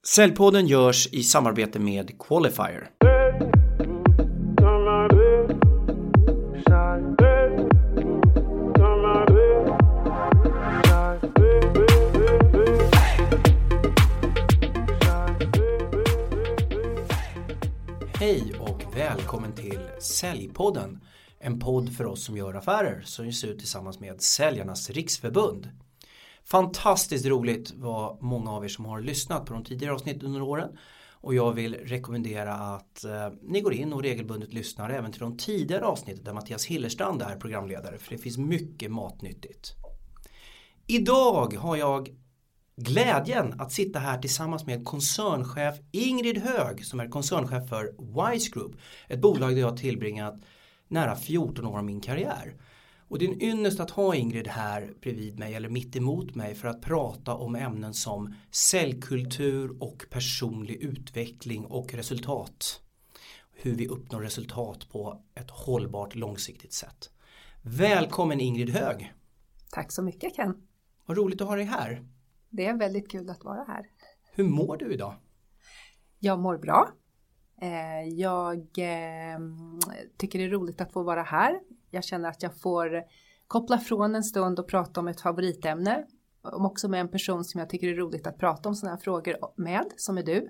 Säljpodden görs i samarbete med Qualifier. Hej och välkommen till Säljpodden. En podd för oss som gör affärer som ges ut tillsammans med Säljarnas Riksförbund. Fantastiskt roligt var många av er som har lyssnat på de tidigare avsnitt under åren. Och jag vill rekommendera att ni går in och regelbundet lyssnar även till de tidigare avsnitt där Mattias Hillerstrand är programledare. För det finns mycket matnyttigt. Idag har jag glädjen att sitta här tillsammans med koncernchef Ingrid Hög som är koncernchef för Wise Group. Ett bolag där jag har tillbringat nära 14 år av min karriär. Och det är en ynnest att ha Ingrid här bredvid mig eller mitt emot mig för att prata om ämnen som säljkultur och personlig utveckling och resultat. Hur vi uppnår resultat på ett hållbart långsiktigt sätt. Välkommen Ingrid Hög. Tack så mycket Ken. Vad roligt att ha dig här. Det är väldigt kul att vara här. Hur mår du idag? Jag mår bra. Jag tycker det är roligt att få vara här. Jag känner att jag får koppla från en stund och prata om ett favoritämne. Också med en person som jag tycker är roligt att prata om sådana här frågor med, som är du.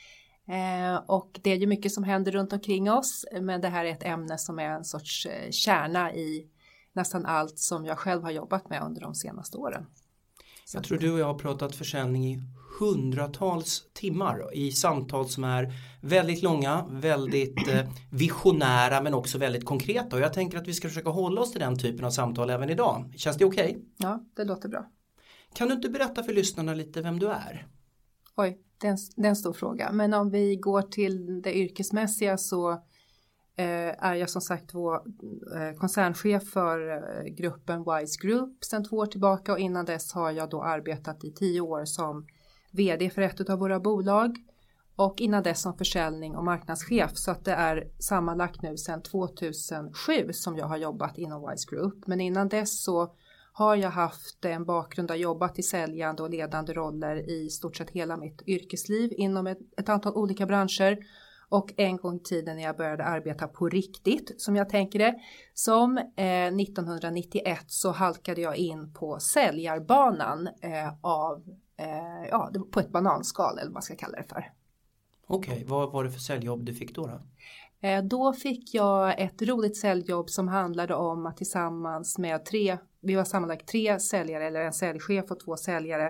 Och det är ju mycket som händer runt omkring oss. Men det här är ett ämne som är en sorts kärna i nästan allt som jag själv har jobbat med under de senaste åren. Jag tror du och jag har pratat försäljning i hundratals timmar i samtal som är väldigt långa, väldigt visionära men också väldigt konkreta. Och jag tänker att vi ska försöka hålla oss till den typen av samtal även idag. Känns det okej? Ja, det låter bra. Kan du inte berätta för lyssnarna lite vem du är? Oj, det är en stor fråga. Men om vi går till det yrkesmässiga så är jag som sagt koncernchef för gruppen Wise Group sedan 2 år tillbaka och innan dess har jag då arbetat i 10 år som vd för ett av våra bolag och innan dess som försäljning och marknadschef så att det är sammanlagt nu sedan 2007 som jag har jobbat inom Wise Group men innan dess så har jag haft en bakgrund av jobbat i säljande och ledande roller i stort sett hela mitt yrkesliv inom ett antal olika branscher. Och en gång i tiden när jag började arbeta på riktigt, som jag tänker det, som 1991 så halkade jag in på säljarbanan på ett bananskal eller vad man ska kalla det för. Okej, vad var det för säljjobb du fick då? Då fick jag ett roligt säljjobb som handlade om att tillsammans med vi var sammanlagt 3 säljare eller en säljchef och 2 säljare.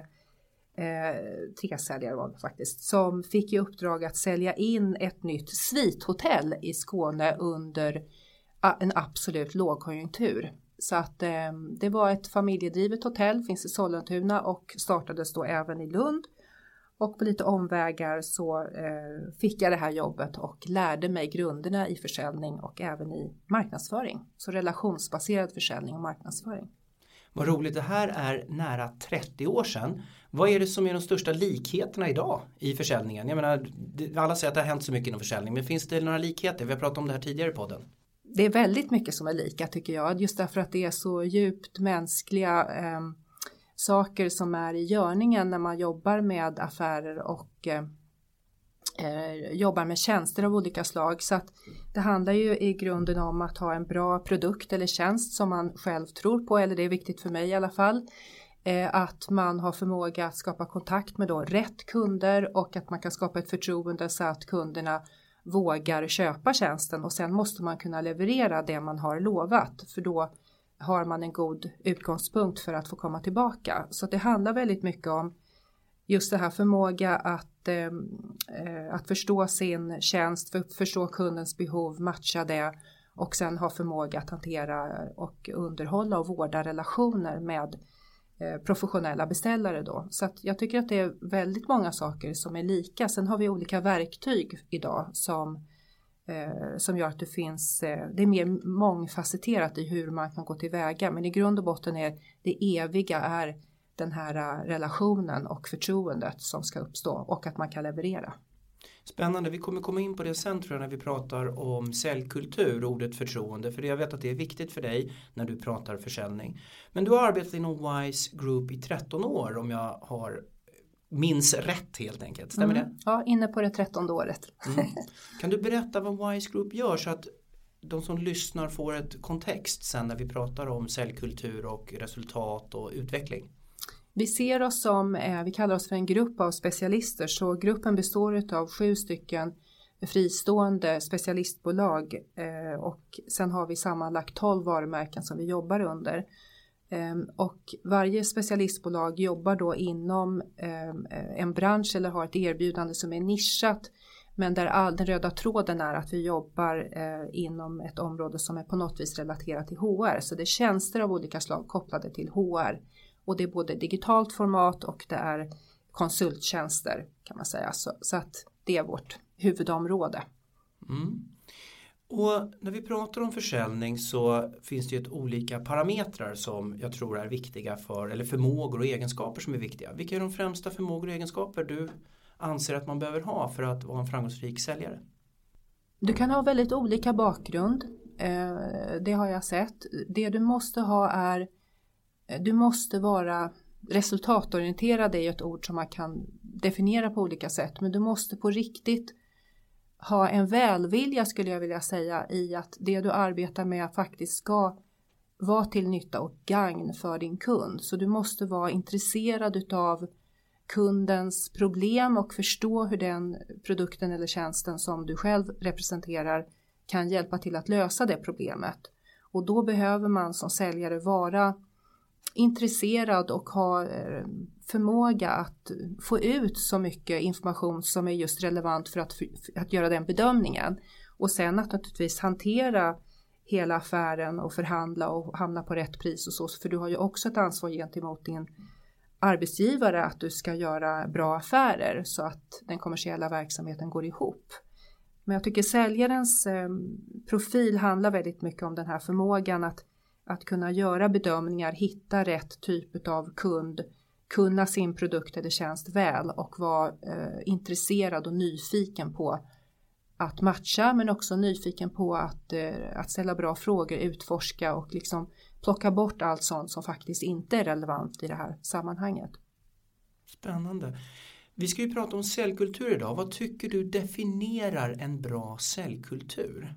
3 säljare var det faktiskt som fick i uppdrag att sälja in ett nytt svithotell i Skåne under en absolut lågkonjunktur. Så att det var ett familjedrivet hotell, finns i Sollentuna och startades då även i Lund. Och på lite omvägar så fick jag det här jobbet och lärde mig grunderna i försäljning och även i marknadsföring. Så relationsbaserad försäljning och marknadsföring. Vad roligt, det här är nära 30 år sedan. Vad är det som är de största likheterna idag i försäljningen? Jag menar, alla säger att det har hänt så mycket inom försäljning, men finns det några likheter? Vi har pratat om det här tidigare i podden. Det är väldigt mycket som är lika tycker jag, just därför att det är så djupt mänskliga saker som är i görningen när man jobbar med affärer och jobbar med tjänster av olika slag. Så att det handlar ju i grunden om att ha en bra produkt eller tjänst som man själv tror på, eller det är viktigt för mig i alla fall. Att man har förmåga att skapa kontakt med då rätt kunder och att man kan skapa ett förtroende så att kunderna vågar köpa tjänsten och sen måste man kunna leverera det man har lovat för då har man en god utgångspunkt för att få komma tillbaka. Så det handlar väldigt mycket om just det här förmåga att förstå sin tjänst, förstå kundens behov, matcha det och sen ha förmåga att hantera och underhålla och vårda relationer med professionella beställare då. Så att jag tycker att det är väldigt många saker som är lika. Sen har vi olika verktyg idag som gör att det är mer mångfacetterat i hur man kan gå tillväga. Men i grund och botten är det eviga är den här relationen och förtroendet som ska uppstå och att man kan leverera. Spännande, vi kommer komma in på det sen tror jag när vi pratar om säljkultur, ordet förtroende. För jag vet att det är viktigt för dig när du pratar försäljning. Men du har arbetat inom Wise Group i 13 år om jag har minns rätt helt enkelt. Stämmer det? Ja, inne på det 13:e året. Kan du berätta vad Wise Group gör så att de som lyssnar får ett kontext sen när vi pratar om säljkultur och resultat och utveckling? Vi ser oss som, vi kallar oss för en grupp av specialister, så gruppen består av 7 stycken fristående specialistbolag och sen har vi sammanlagt 12 varumärken som vi jobbar under. Och varje specialistbolag jobbar då inom en bransch eller har ett erbjudande som är nischat, men där den röda tråden är att vi jobbar inom ett område som är på något vis relaterat till HR. Så det är tjänster av olika slag kopplade till HR. Och det är både digitalt format och det är konsulttjänster kan man säga. Så att det är vårt huvudområde. Och när vi pratar om försäljning så finns det ju olika parametrar som jag tror är viktiga eller förmågor och egenskaper som är viktiga. Vilka är de främsta förmågor och egenskaper du anser att man behöver ha för att vara en framgångsrik säljare? Du kan ha väldigt olika bakgrund. Det har jag sett. Det du måste ha är, du måste vara resultatorienterad, är ju ett ord som man kan definiera på olika sätt. Men du måste på riktigt ha en välvilja, skulle jag vilja säga, i att det du arbetar med faktiskt ska vara till nytta och gagn för din kund. Så du måste vara intresserad utav kundens problem och förstå hur den produkten eller tjänsten som du själv representerar kan hjälpa till att lösa det problemet. Och då behöver man som säljare vara intresserad och ha förmåga att få ut så mycket information som är just relevant för att göra den bedömningen. Och sen att naturligtvis hantera hela affären och förhandla och hamna på rätt pris och så. För du har ju också ett ansvar gentemot din arbetsgivare att du ska göra bra affärer så att den kommersiella verksamheten går ihop. Men jag tycker säljarens profil handlar väldigt mycket om den här förmågan att kunna göra bedömningar, hitta rätt typ av kund, kunna sin produkt eller tjänst väl och vara intresserad och nyfiken på att matcha, men också nyfiken på att ställa bra frågor, utforska och liksom plocka bort allt sånt som faktiskt inte är relevant i det här sammanhanget. Spännande. Vi ska ju prata om säljkultur idag. Vad tycker du definierar en bra säljkultur?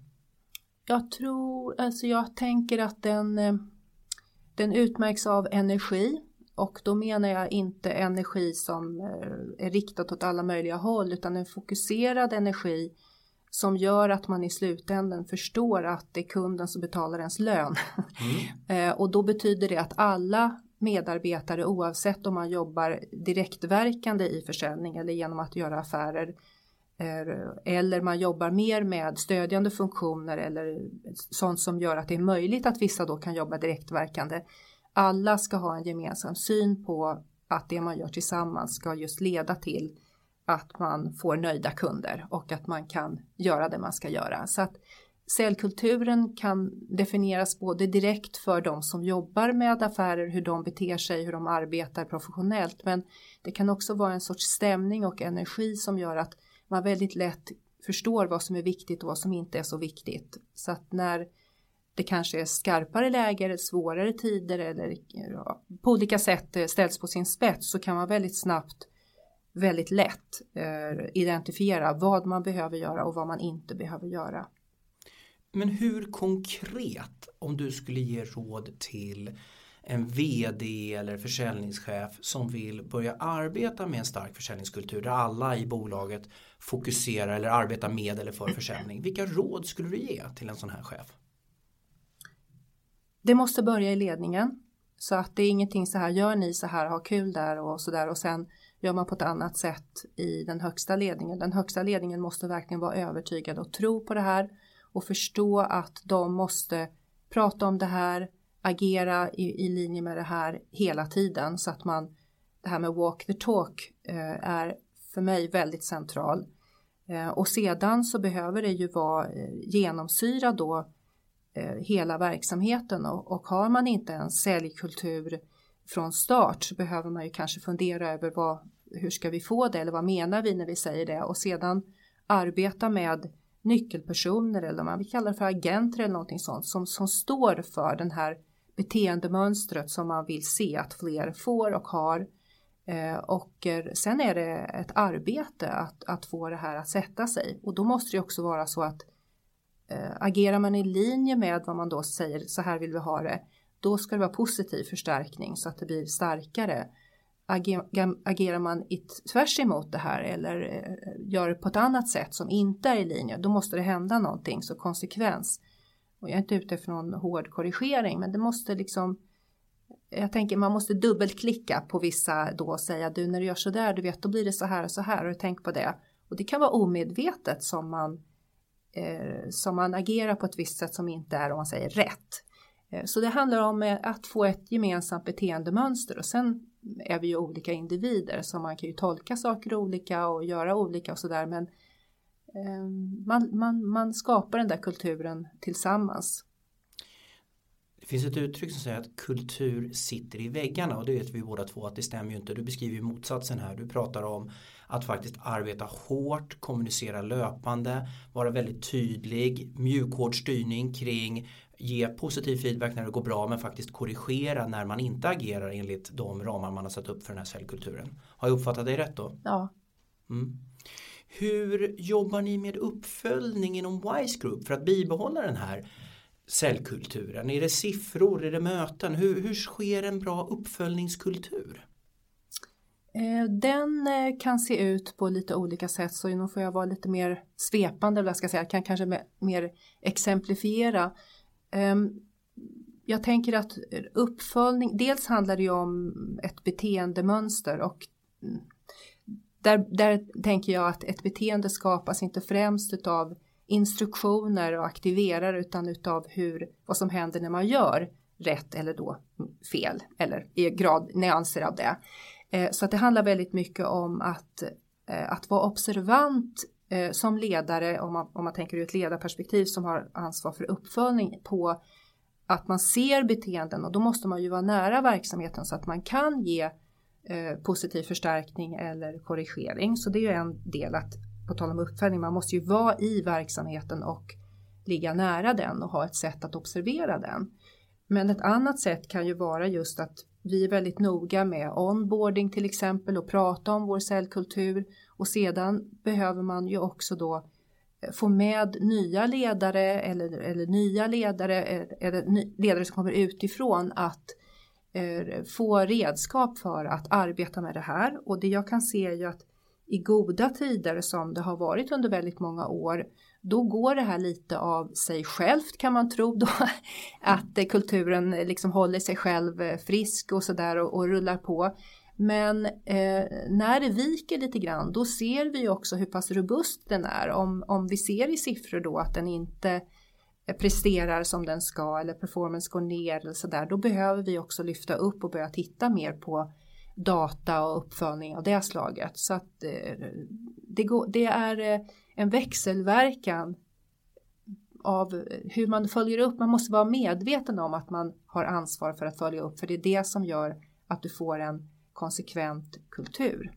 Jag tänker att den utmärks av energi, och då menar jag inte energi som är riktat åt alla möjliga håll, utan en fokuserad energi som gör att man i slutändan förstår att det är kunden som betalar ens lön. Och då betyder det att alla medarbetare, oavsett om man jobbar direktverkande i försäljning eller genom att göra affärer, eller man jobbar mer med stödjande funktioner eller sånt som gör att det är möjligt att vissa då kan jobba direktverkande. Alla ska ha en gemensam syn på att det man gör tillsammans ska just leda till att man får nöjda kunder och att man kan göra det man ska göra. Så att säljkulturen kan definieras både direkt för de som jobbar med affärer, hur de beter sig, hur de arbetar professionellt. Men det kan också vara en sorts stämning och energi som gör att man väldigt lätt förstår vad som är viktigt och vad som inte är så viktigt. Så att när det kanske är skarpare läger, svårare tider eller på olika sätt ställs på sin spets, så kan man väldigt snabbt, väldigt lätt identifiera vad man behöver göra och vad man inte behöver göra. Men hur konkret, om du skulle ge råd till en vd eller försäljningschef som vill börja arbeta med en stark försäljningskultur där alla i bolaget fokuserar eller arbetar med eller för försäljning. Vilka råd skulle du ge till en sån här chef? Det måste börja i ledningen, så att det är ingenting så här, gör ni så här, ha kul där och så där, och sen gör man på ett annat sätt i den högsta ledningen. Den högsta ledningen måste verkligen vara övertygad och tro på det här och förstå att de måste prata om det här, agera i linje med det här hela tiden, så att det här med walk the talk är för mig väldigt central. Och sedan så behöver det ju vara genomsyra då hela verksamheten, och har man inte en säljkultur från start så behöver man ju kanske fundera över hur ska vi få det, eller vad menar vi när vi säger det, och sedan arbeta med nyckelpersoner eller man vill kalla det för agenter eller någonting sånt som står för den här beteendemönstret som man vill se att fler får och har, Och sen är det ett arbete att få det här att sätta sig. Och då måste det också vara så att agerar man i linje med vad man då säger, så här vill vi ha det, då ska det vara positiv förstärkning så att det blir starkare. Agerar man tvärs emot det här eller gör det på ett annat sätt som inte är i linje, då måste det hända någonting, så konsekvens. Och jag är inte ute för någon hård korrigering, men det måste liksom, jag tänker man måste dubbelklicka på vissa då och säga, du när du gör så där, du vet då blir det så här och tänk på det. Och det kan vara omedvetet som man agerar på ett visst sätt som inte är, om man säger, rätt. Så det handlar om att få ett gemensamt beteendemönster, och sen är vi ju olika individer så man kan ju tolka saker olika och göra olika och sådär, men man skapar den där kulturen tillsammans. Det finns ett uttryck som säger att kultur sitter i väggarna, och det vet vi båda två att det stämmer ju inte. Du beskriver ju motsatsen här. Du pratar om att faktiskt arbeta hårt, kommunicera löpande, vara väldigt tydlig, mjukhård styrning kring, ge positiv feedback när det går bra, men faktiskt korrigera när man inte agerar enligt de ramar man har satt upp för den här cellkulturen. Har jag uppfattat dig rätt då? Ja. Mm. Hur jobbar ni med uppföljning inom WISE Group för att bibehålla den här cellkulturen? Är det siffror, är det möten? Hur sker en bra uppföljningskultur? Den kan se ut på lite olika sätt, så nu får jag vara lite mer svepande, eller jag ska säga, kan kanske mer exemplifiera. Jag tänker att uppföljning, dels handlar det ju om ett beteendemönster, och där tänker jag att ett beteende skapas inte främst utav instruktioner och aktiverare, utan utav vad som händer när man gör rätt eller då fel, eller i nyanser av det. Så att det handlar väldigt mycket om att vara observant som ledare, om man tänker ur ett ledarperspektiv som har ansvar för uppföljning, på att man ser beteenden, och då måste man ju vara nära verksamheten så att man kan ge positiv förstärkning eller korrigering. Så det är ju en del, att på tal om uppföljning, man måste ju vara i verksamheten och ligga nära den och ha ett sätt att observera den. Men ett annat sätt kan ju vara just att vi är väldigt noga med onboarding till exempel, och prata om vår cellkultur, och sedan behöver man ju också då få med nya ledare eller nya ledare eller ledare som kommer utifrån att få redskap för att arbeta med det här. Och det jag kan se är ju att i goda tider, som det har varit under väldigt många år, då går det här lite av sig självt, kan man tro då, att kulturen liksom håller sig själv frisk och sådär och rullar på. Men när det viker lite grann, då ser vi också hur pass robust den är. Om vi ser i siffror då att den inte presterar som den ska, eller performance går ner eller sådär, då behöver vi också lyfta upp och börja titta mer på data och uppföljning av det slaget. Så att det är en växelverkan av hur man följer upp. Man måste vara medveten om att man har ansvar för att följa upp, för det är det som gör att du får en konsekvent kultur.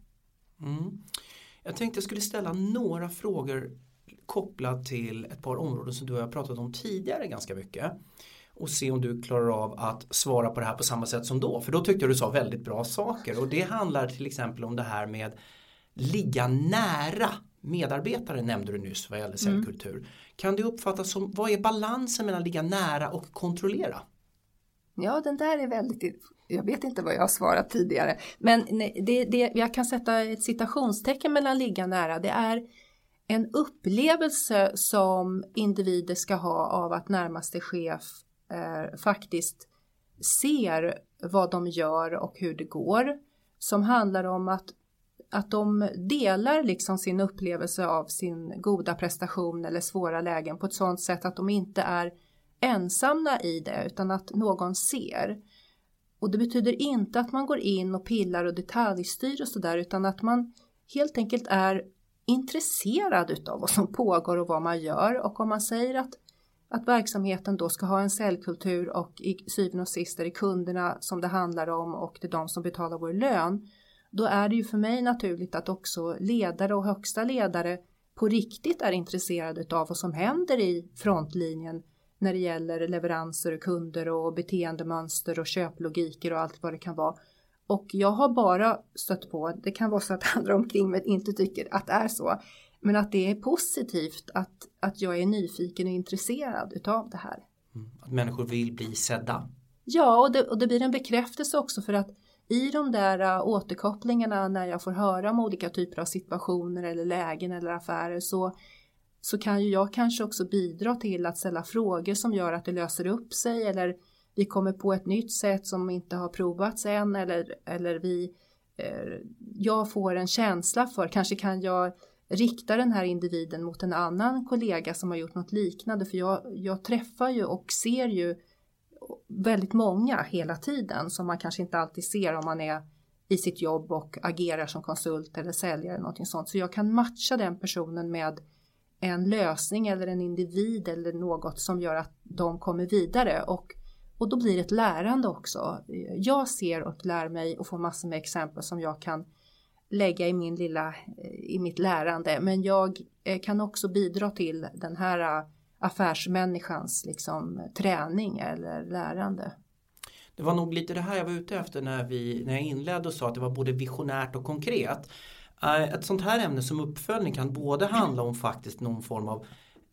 Jag tänkte jag skulle ställa några frågor kopplat till ett par områden som du och jag har pratat om tidigare ganska mycket, och se om du klarar av att svara på det här på samma sätt som då. För då tyckte jag du sa väldigt bra saker, och det handlar till exempel om det här med ligga nära medarbetare, nämnde du nyss vad gäller cellkultur. Kan det uppfattas som, vad är balansen mellan ligga nära och kontrollera? Ja, den där är väldigt, jag vet inte vad jag har svarat tidigare, men jag kan sätta ett citationstecken mellan ligga nära. Det är en upplevelse som individer ska ha av att närmaste chef faktiskt ser vad de gör och hur det går, som handlar om att de delar liksom sin upplevelse av sin goda prestation eller svåra lägen på ett sådant sätt att de inte är ensamma i det, utan att någon ser. Och det betyder inte att man går in och pillar och detaljstyr och sådär, utan att man helt enkelt är intresserad utav vad som pågår och vad man gör. Och om man säger att verksamheten då ska ha en cellkultur, och i syvende och sist är det kunderna som det handlar om, och det är de som betalar vår lön, då är det ju för mig naturligt att också ledare och högsta ledare på riktigt är intresserade av vad som händer i frontlinjen när det gäller leveranser, kunder och beteendemönster och köplogiker och allt vad det kan vara. Och jag har bara stött på, det kan vara så att andra omkring mig inte tycker att det är så, men att det är positivt att jag är nyfiken och intresserad utav det här. Att människor vill bli sedda. Ja, och det blir en bekräftelse också, för att i de där återkopplingarna när jag får höra om olika typer av situationer eller lägen eller affärer, så kan ju jag kanske också bidra till att ställa frågor som gör att det löser upp sig, eller vi kommer på ett nytt sätt som inte har provats än, eller jag får en känsla för, kanske kan jag rikta den här individen mot en annan kollega som har gjort något liknande, för jag träffar ju och ser ju väldigt många hela tiden som man kanske inte alltid ser om man är i sitt jobb och agerar som konsult eller säljare eller någonting sånt. Så jag kan matcha den personen med en lösning eller en individ eller något som gör att de kommer vidare, och då blir det ett lärande också. Jag ser och lär mig och får massor med exempel som jag kan lägga i mitt lärande, men jag kan också bidra till den här affärsmänniskans liksom träning eller lärande. Det var nog lite det här jag var ute efter när jag inledde och sa att det var både visionärt och konkret. Ett sånt här ämne som uppföljning kan både handla om faktiskt någon form av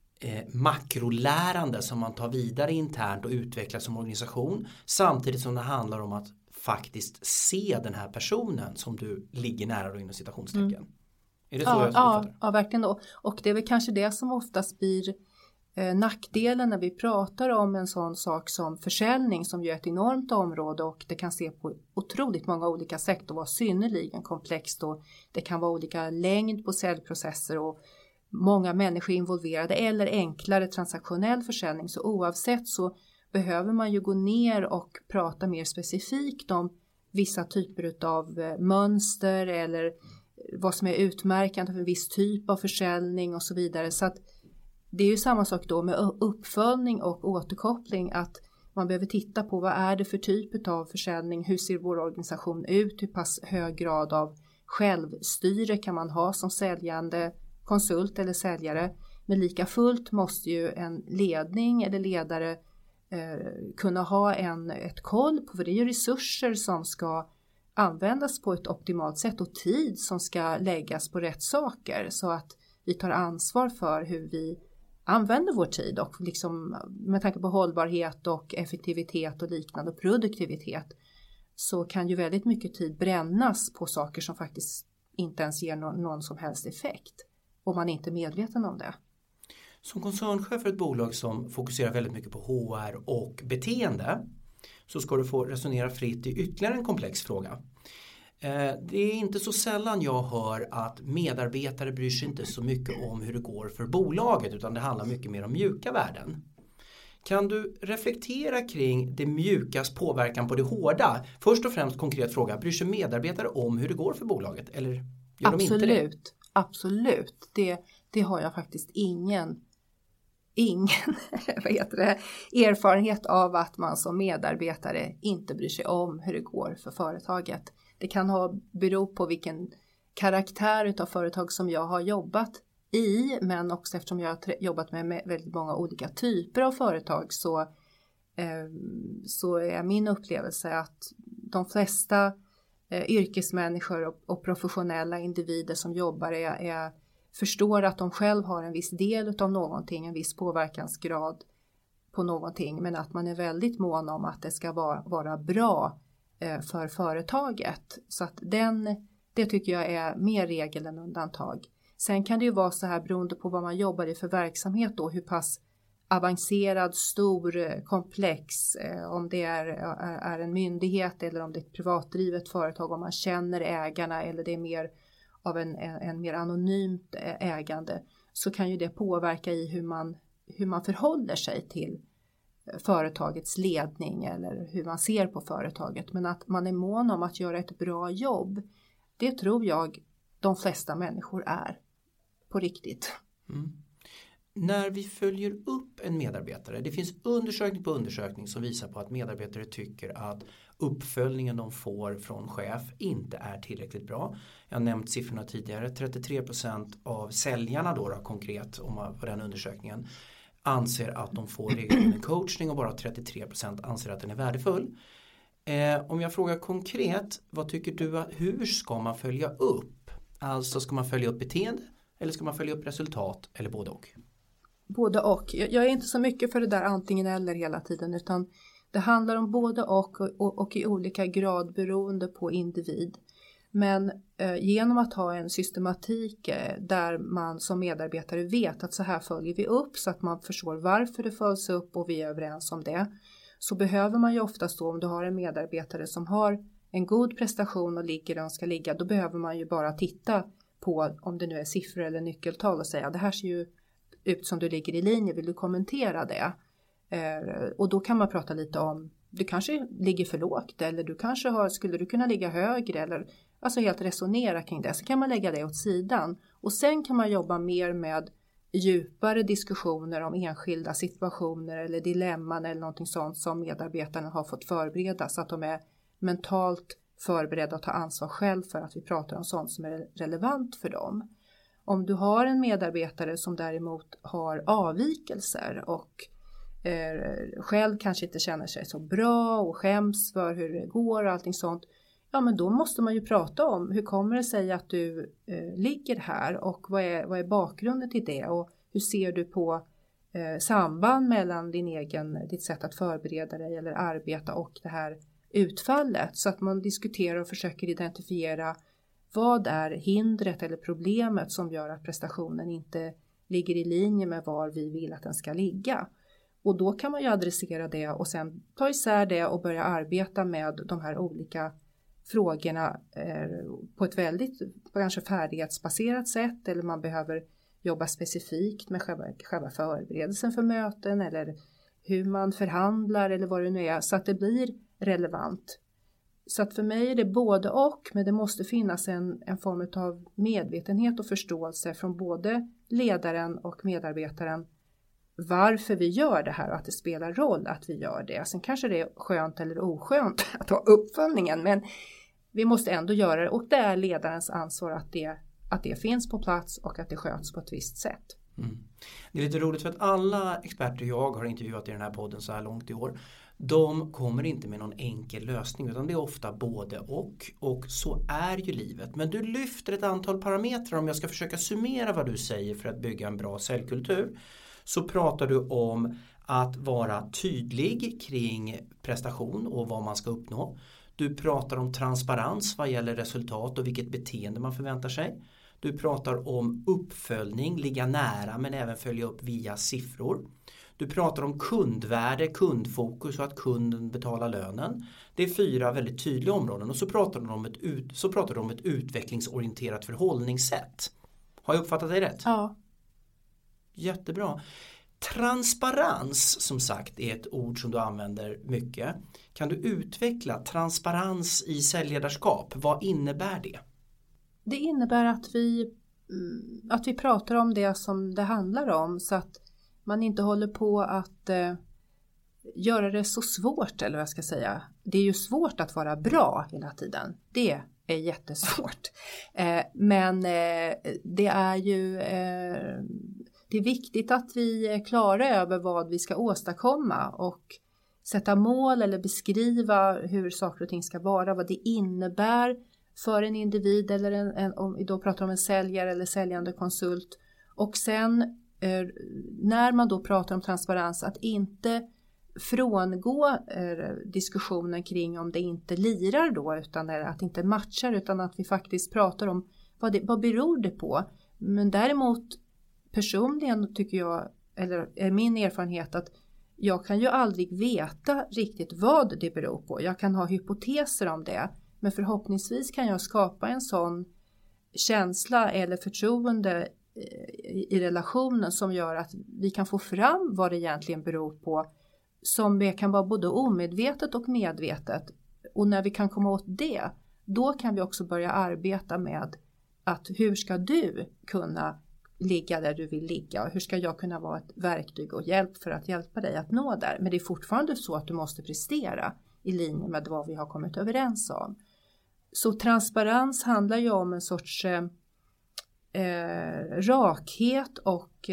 makrolärande som man tar vidare internt och utvecklar som organisation, samtidigt som det handlar om att faktiskt se den här personen som du ligger nära då inom citationstecken. Är det så jag ska uppfatta det? Ja, verkligen då. Och det är väl kanske det som oftast blir nackdelen när vi pratar om en sån sak som försäljning, som ju är ett enormt område och det kan se på otroligt många olika sätt och vara synnerligen komplext, och det kan vara olika längd på säljprocesser och många människor involverade eller enklare transaktionell försäljning. Så oavsett så behöver man ju gå ner och prata mer specifikt om vissa typer av mönster eller vad som är utmärkande för en viss typ av försäljning och så vidare. Så att det är ju samma sak då med uppföljning och återkoppling, att man behöver titta på vad är det för typ av försäljning, hur ser vår organisation ut, hur pass hög grad av självstyre kan man ha som säljande konsult eller säljare. Men lika fullt måste ju en ledning eller ledare kunna ha ett koll på, för det är ju resurser som ska användas på ett optimalt sätt och tid som ska läggas på rätt saker, så att vi tar ansvar för hur vi använder vår tid, och liksom med tanke på hållbarhet och effektivitet och liknande och produktivitet, så kan ju väldigt mycket tid brännas på saker som faktiskt inte ens ger någon som helst effekt om man inte är medveten om det. Som koncernchef för ett bolag som fokuserar väldigt mycket på HR och beteende, så ska du få resonera fritt i ytterligare en komplex fråga. Det är inte så sällan jag hör att medarbetare bryr sig inte så mycket om hur det går för bolaget, utan det handlar mycket mer om mjuka värden. Kan du reflektera kring det mjukas påverkan på det hårda? Först och främst konkret fråga, bryr sig medarbetare om hur det går för bolaget, eller gör de inte det? Absolut. Det har jag faktiskt ingen erfarenhet av, att man som medarbetare inte bryr sig om hur det går för företaget. Det kan bero på vilken karaktär utav företag som jag har jobbat i, men också eftersom jag har jobbat med väldigt många olika typer av företag, så är min upplevelse att de flesta yrkesmänniskor och professionella individer som jobbar förstår att de själv har en viss del av någonting, en viss påverkansgrad på någonting, men att man är väldigt mån om att det ska vara bra för företaget. Så att det tycker jag är mer regel än undantag. Sen kan det ju vara så här, beroende på vad man jobbar i för verksamhet då, hur pass avancerad, stor, komplex, om det är en myndighet eller om det är ett privatdrivet företag, om man känner ägarna eller det är mer av en mer anonymt ägande, så kan ju det påverka i hur man förhåller sig till företagets ledning eller hur man ser på företaget. Men att man är mån om att göra ett bra jobb, det tror jag de flesta människor är på riktigt. Mm. När vi följer upp en medarbetare, det finns undersökning på undersökning som visar på att medarbetare tycker att uppföljningen de får från chef inte är tillräckligt bra. Jag har nämnt siffrorna tidigare, 33% av säljarna då konkret på den undersökningen anser att de får regelbunden coachning och bara 33% anser att den är värdefull. Om jag frågar konkret, vad tycker du hur ska man följa upp? Alltså ska man följa upp beteende eller ska man följa upp resultat eller både och? Både och. Jag är inte så mycket för det där antingen eller hela tiden, utan det handlar om både och i olika grad beroende på individ. Men genom att ha en systematik där man som medarbetare vet att så här följer vi upp, så att man förstår varför det följs upp och vi är överens om det, så behöver man ju oftast då, om du har en medarbetare som har en god prestation och ligger där de ska ligga, då behöver man ju bara titta på om det nu är siffror eller nyckeltal och säga det här ser ju ut som du ligger i linje, vill du kommentera det? Och då kan man prata lite om, du kanske ligger för lågt eller du kanske skulle du kunna ligga högre, eller alltså helt resonera kring det. Så kan man lägga det åt sidan och sen kan man jobba mer med djupare diskussioner om enskilda situationer eller dilemman eller någonting sånt som medarbetarna har fått förbereda, så att de är mentalt förberedda att ta ansvar själv för att vi pratar om sånt som är relevant för dem. Om du har en medarbetare som däremot har avvikelser och själv kanske inte känner sig så bra och skäms för hur det går och allting sånt, ja men då måste man ju prata om hur kommer det sig att du ligger här och vad är bakgrunden till det och hur ser du på samband mellan ditt sätt att förbereda dig eller arbeta och det här utfallet, så att man diskuterar och försöker identifiera vad är hindret eller problemet som gör att prestationen inte ligger i linje med var vi vill att den ska ligga. Och då kan man ju adressera det och sen ta isär det och börja arbeta med de här olika frågorna på ett väldigt kanske färdighetsbaserat sätt, eller man behöver jobba specifikt med själva förberedelsen för möten eller hur man förhandlar eller vad det nu är, så att det blir relevant. Så att för mig är det både och, men det måste finnas en form av medvetenhet och förståelse från både ledaren och medarbetaren varför vi gör det här och att det spelar roll att vi gör det. Sen kanske det är skönt eller oskönt att ha uppföljningen, men vi måste ändå göra det, och det är ledarens ansvar att det finns på plats och att det sköts på ett visst sätt. Mm. Det är lite roligt för att alla experter jag har intervjuat i den här podden så här långt i år, de kommer inte med någon enkel lösning, utan det är ofta både och så är ju livet. Men du lyfter ett antal parametrar. Om jag ska försöka summera vad du säger för att bygga en bra säljkultur, så pratar du om att vara tydlig kring prestation och vad man ska uppnå. Du pratar om transparens vad gäller resultat och vilket beteende man förväntar sig. Du pratar om uppföljning, ligga nära men även följa upp via siffror. Du pratar om kundvärde, kundfokus och att kunden betalar lönen. Det är 4 väldigt tydliga områden, och så pratar du om ett utvecklingsorienterat förhållningssätt. Har jag uppfattat dig rätt? Ja. Jättebra. Transparens som sagt är ett ord som du använder mycket. Kan du utveckla transparens i säljledarskap? Vad innebär det? Det innebär att vi pratar om det som det handlar om, så att man inte håller på att göra det så svårt, eller vad jag ska säga. Det är ju svårt att vara bra hela tiden. Det är jättesvårt. Men det är ju det är viktigt att vi är klara över vad vi ska åstadkomma och sätta mål eller beskriva hur saker och ting ska vara, vad det innebär för en individ eller om vi då pratar om en säljare eller säljande konsult. Och sen när man då pratar om transparens, att inte frångå diskussionen kring om det inte lirar då, utan att inte matchar, utan att vi faktiskt pratar om vad beror det på. Men däremot personligen tycker jag, eller är min erfarenhet, att jag kan ju aldrig veta riktigt vad det beror på. Jag kan ha hypoteser om det, men förhoppningsvis kan jag skapa en sån känsla eller förtroende i relationen som gör att vi kan få fram vad det egentligen beror på, som det kan vara både omedvetet och medvetet. Och när vi kan komma åt det, då kan vi också börja arbeta med att hur ska du kunna ligga där du vill ligga, och hur ska jag kunna vara ett verktyg och hjälp för att hjälpa dig att nå där. Men det är fortfarande så att du måste prestera i linje med vad vi har kommit överens om. Så transparens handlar ju om en sorts rakhet och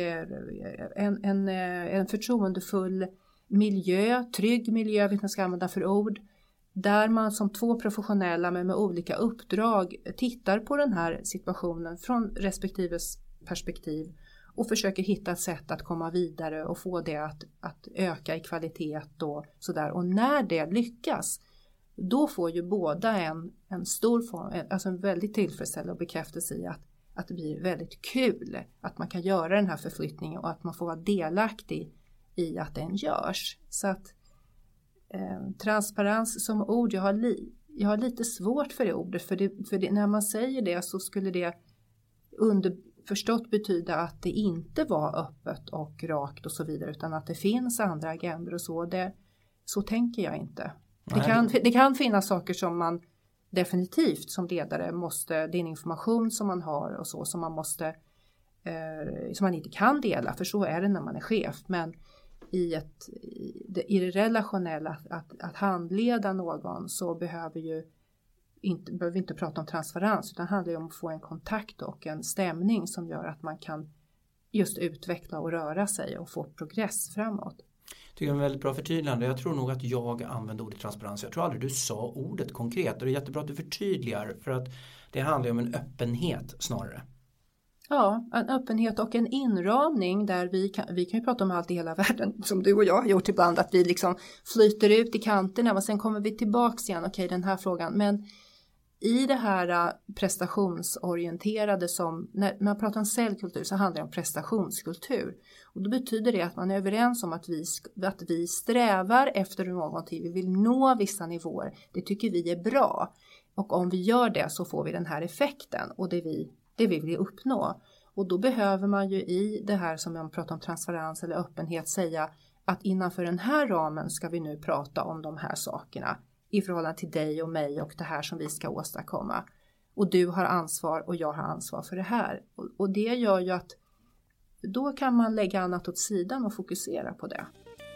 en förtroendefull miljö, trygg miljö, vilket man ska använda för ord. där man som 2 professionella men med olika uppdrag tittar på den här situationen från respektives perspektiv och försöker hitta ett sätt att komma vidare och få det att öka i kvalitet och sådär. Och när det lyckas, då får ju båda en stor form, alltså en väldigt tillfredsställande och bekräftelse i att det blir väldigt kul att man kan göra den här förflyttningen och att man får vara delaktig i att den görs. Så att transparens som ord, jag har lite svårt för det ordet, för det, när man säger det så skulle det underförstått betyda att det inte var öppet och rakt och så vidare, utan att det finns andra agendor och så. Så tänker jag inte. Det kan finnas saker som man definitivt som ledare måste, det är en information som man har och så som man måste, som man inte kan dela, för så är det när man är chef. Men i det relationella att handleda någon så behöver vi inte prata om transparens, utan det handlar ju om att få en kontakt och en stämning som gör att man kan just utveckla och röra sig och få progress framåt. Jag tycker det är en väldigt bra förtydligande. Jag tror nog att jag använder ordet transparens. Jag tror aldrig du sa ordet konkret. Och det är jättebra att du förtydligar, för att det handlar om en öppenhet snarare. Ja, en öppenhet och en inramning där vi kan ju prata om allt i hela världen som du och jag har gjort ibland, att vi liksom flyter ut i kanterna och sen kommer vi tillbaks igen, okej, den här frågan. Men i det här prestationsorienterade, som när man pratar om säljkultur så handlar det om prestationskultur. Och då betyder det att man är överens om att vi strävar efter någonting, vi vill nå vissa nivåer. Det tycker vi är bra. Och om vi gör det så får vi den här effekten och det vill vi uppnå. Och då behöver man ju i det här som man pratar om transparens eller öppenhet säga att innanför den här ramen ska vi nu prata om de här sakerna i förhållande till dig och mig och det här som vi ska åstadkomma. Och du har ansvar och jag har ansvar för det här. Och det gör ju att då kan man lägga annat åt sidan och fokusera på det.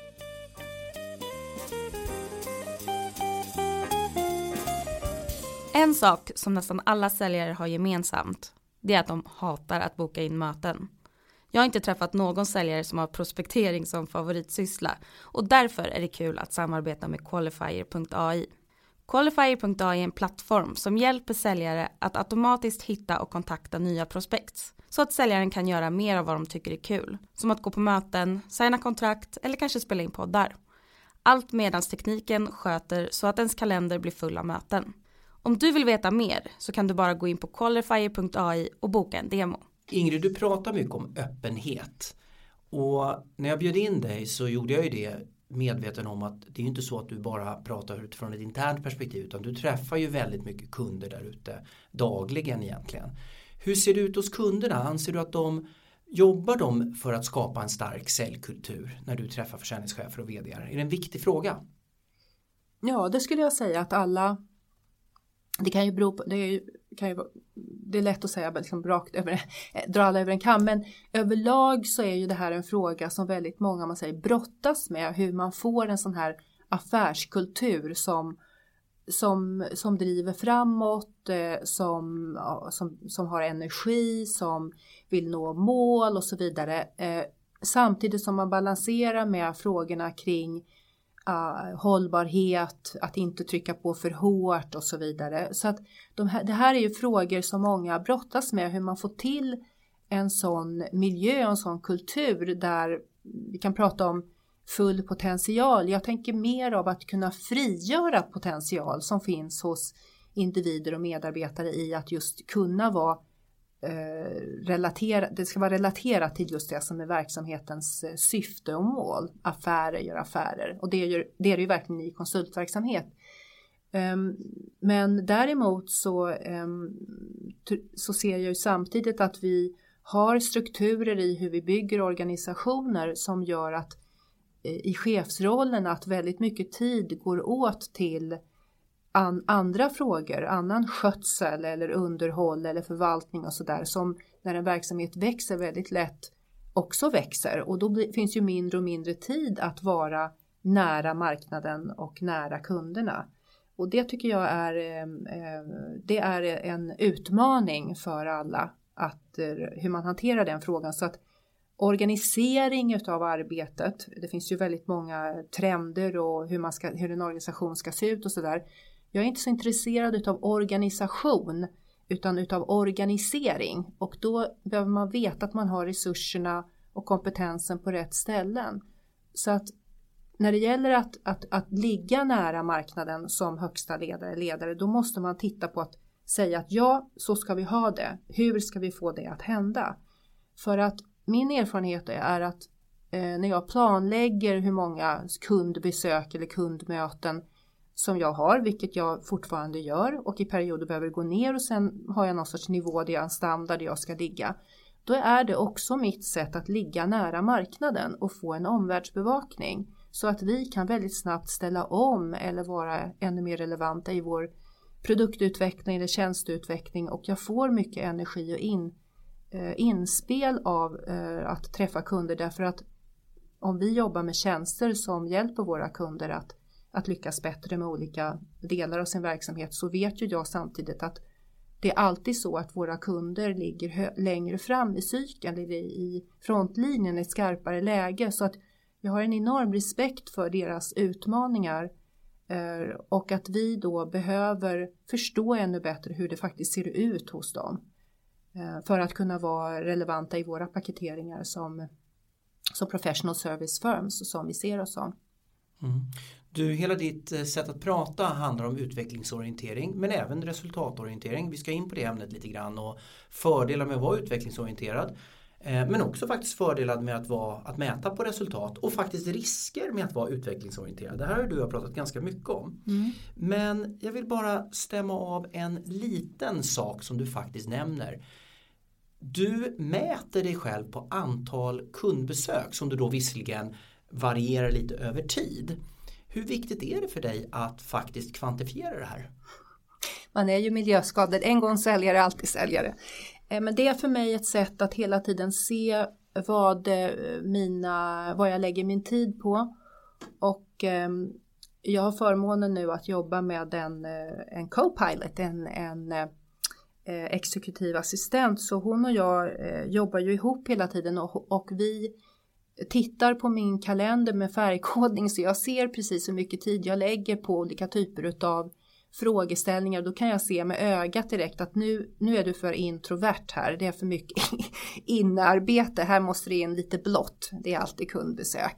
En sak som nästan alla säljare har gemensamt, det är att de hatar att boka in möten. Jag har inte träffat någon säljare som har prospektering som favoritsyssla, och därför är det kul att samarbeta med Qualifier.ai. Qualifier.ai är en plattform som hjälper säljare att automatiskt hitta och kontakta nya prospects, så att säljaren kan göra mer av vad de tycker är kul, som att gå på möten, signa kontrakt eller kanske spela in poddar. Allt medans tekniken sköter så att ens kalender blir full av möten. Om du vill veta mer så kan du bara gå in på Qualifier.ai och boka en demo. Ingrid, du pratar mycket om öppenhet. Och när jag bjöd in dig så gjorde jag ju det medveten om att det är ju inte så att du bara pratar utifrån ett internt perspektiv, utan du träffar ju väldigt mycket kunder där ute dagligen egentligen. Hur ser det ut hos kunderna? Anser du att jobbar de för att skapa en stark säljkultur när du träffar försäljningschefer och vd:ar? Är det en viktig fråga? Ja, det skulle jag säga att alla. Det kan ju bero på, det är lätt att säga liksom rakt över, dra alla över en kam, men överlag så är ju det här en fråga som väldigt många, man säger, brottas med, hur man får en sån här affärskultur som driver framåt, som har energi, som vill nå mål och så vidare, samtidigt som man balanserar med frågorna kring hållbarhet, att inte trycka på för hårt och så vidare. Så att det här är ju frågor som många brottas med, hur man får till en sån miljö, en sån kultur där vi kan prata om full potential. Jag tänker mer av att kunna frigöra potential som finns hos individer och medarbetare i att just kunna vara det ska vara relaterat till just det som är verksamhetens syfte och mål. Affärer gör affärer, och det är det ju verkligen i konsultverksamhet. Men däremot så ser jag ju samtidigt att vi har strukturer i hur vi bygger organisationer som gör att i chefsrollen att väldigt mycket tid går åt till andra frågor, annan skötsel eller underhåll eller förvaltning och sådär, som när en verksamhet växer väldigt lätt också växer, och då finns ju mindre och mindre tid att vara nära marknaden och nära kunderna. Och det tycker jag är en utmaning för alla, hur man hanterar den frågan, så att organisering utav arbetet. Det finns ju väldigt många trender och hur en organisation ska se ut och sådär. Jag är inte så intresserad utav organisation utan utav organisering. Och då behöver man veta att man har resurserna och kompetensen på rätt ställen. Så att när det gäller att ligga nära marknaden som högsta ledare, då måste man titta på att säga att ja, så ska vi ha det. Hur ska vi få det att hända? För att min erfarenhet är att när jag planlägger hur många kundbesök eller kundmöten som jag har, vilket jag fortfarande gör och i perioder behöver gå ner och sen har jag någon sorts nivå där jag har en standard där jag ska ligga. Då är det också mitt sätt att ligga nära marknaden och få en omvärldsbevakning så att vi kan väldigt snabbt ställa om eller vara ännu mer relevanta i vår produktutveckling eller tjänsteutveckling och jag får mycket energi och inspel av att träffa kunder därför att om vi jobbar med tjänster som hjälper våra kunder att lyckas bättre med olika delar av sin verksamhet så vet ju jag samtidigt att det är alltid så att våra kunder ligger längre fram i cykeln eller i frontlinjen i ett skarpare läge så att jag har en enorm respekt för deras utmaningar och att vi då behöver förstå ännu bättre hur det faktiskt ser ut hos dem för att kunna vara relevanta i våra paketeringar som professional service firms som vi ser oss som. Mm. Du, hela ditt sätt att prata handlar om utvecklingsorientering men även resultatorientering. Vi ska in på det ämnet lite grann och fördelar med att vara utvecklingsorienterad. Men också faktiskt fördelar med att mäta på resultat och faktiskt risker med att vara utvecklingsorienterad. Det här har du pratat ganska mycket om. Mm. Men jag vill bara stämma av en liten sak som du faktiskt nämner. Du mäter dig själv på antal kundbesök som du då visserligen varierar lite över tid. Hur viktigt är det för dig att faktiskt kvantifiera det här? Man är ju miljöskadad. En gång säljare, alltid säljare. Men det är för mig ett sätt att hela tiden se vad jag lägger min tid på. Och jag har förmånen nu att jobba med en co-pilot, en exekutiv assistent. Så hon och jag jobbar ju ihop hela tiden och vi tittar på min kalender med färgkodning så jag ser precis hur mycket tid jag lägger på olika typer av frågeställningar. Då kan jag se med ögat direkt att nu är du för introvert här. Det är för mycket inarbete. Här måste det in lite blått. Det är alltid kundbesök.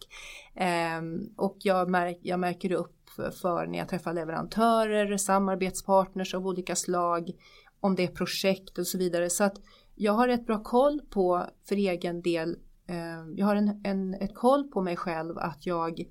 Och jag märker upp för när jag träffar leverantörer, samarbetspartners av olika slag, om det är projekt och så vidare. Så att jag har ett bra koll på för egen del. Jag har ett koll på mig själv att jag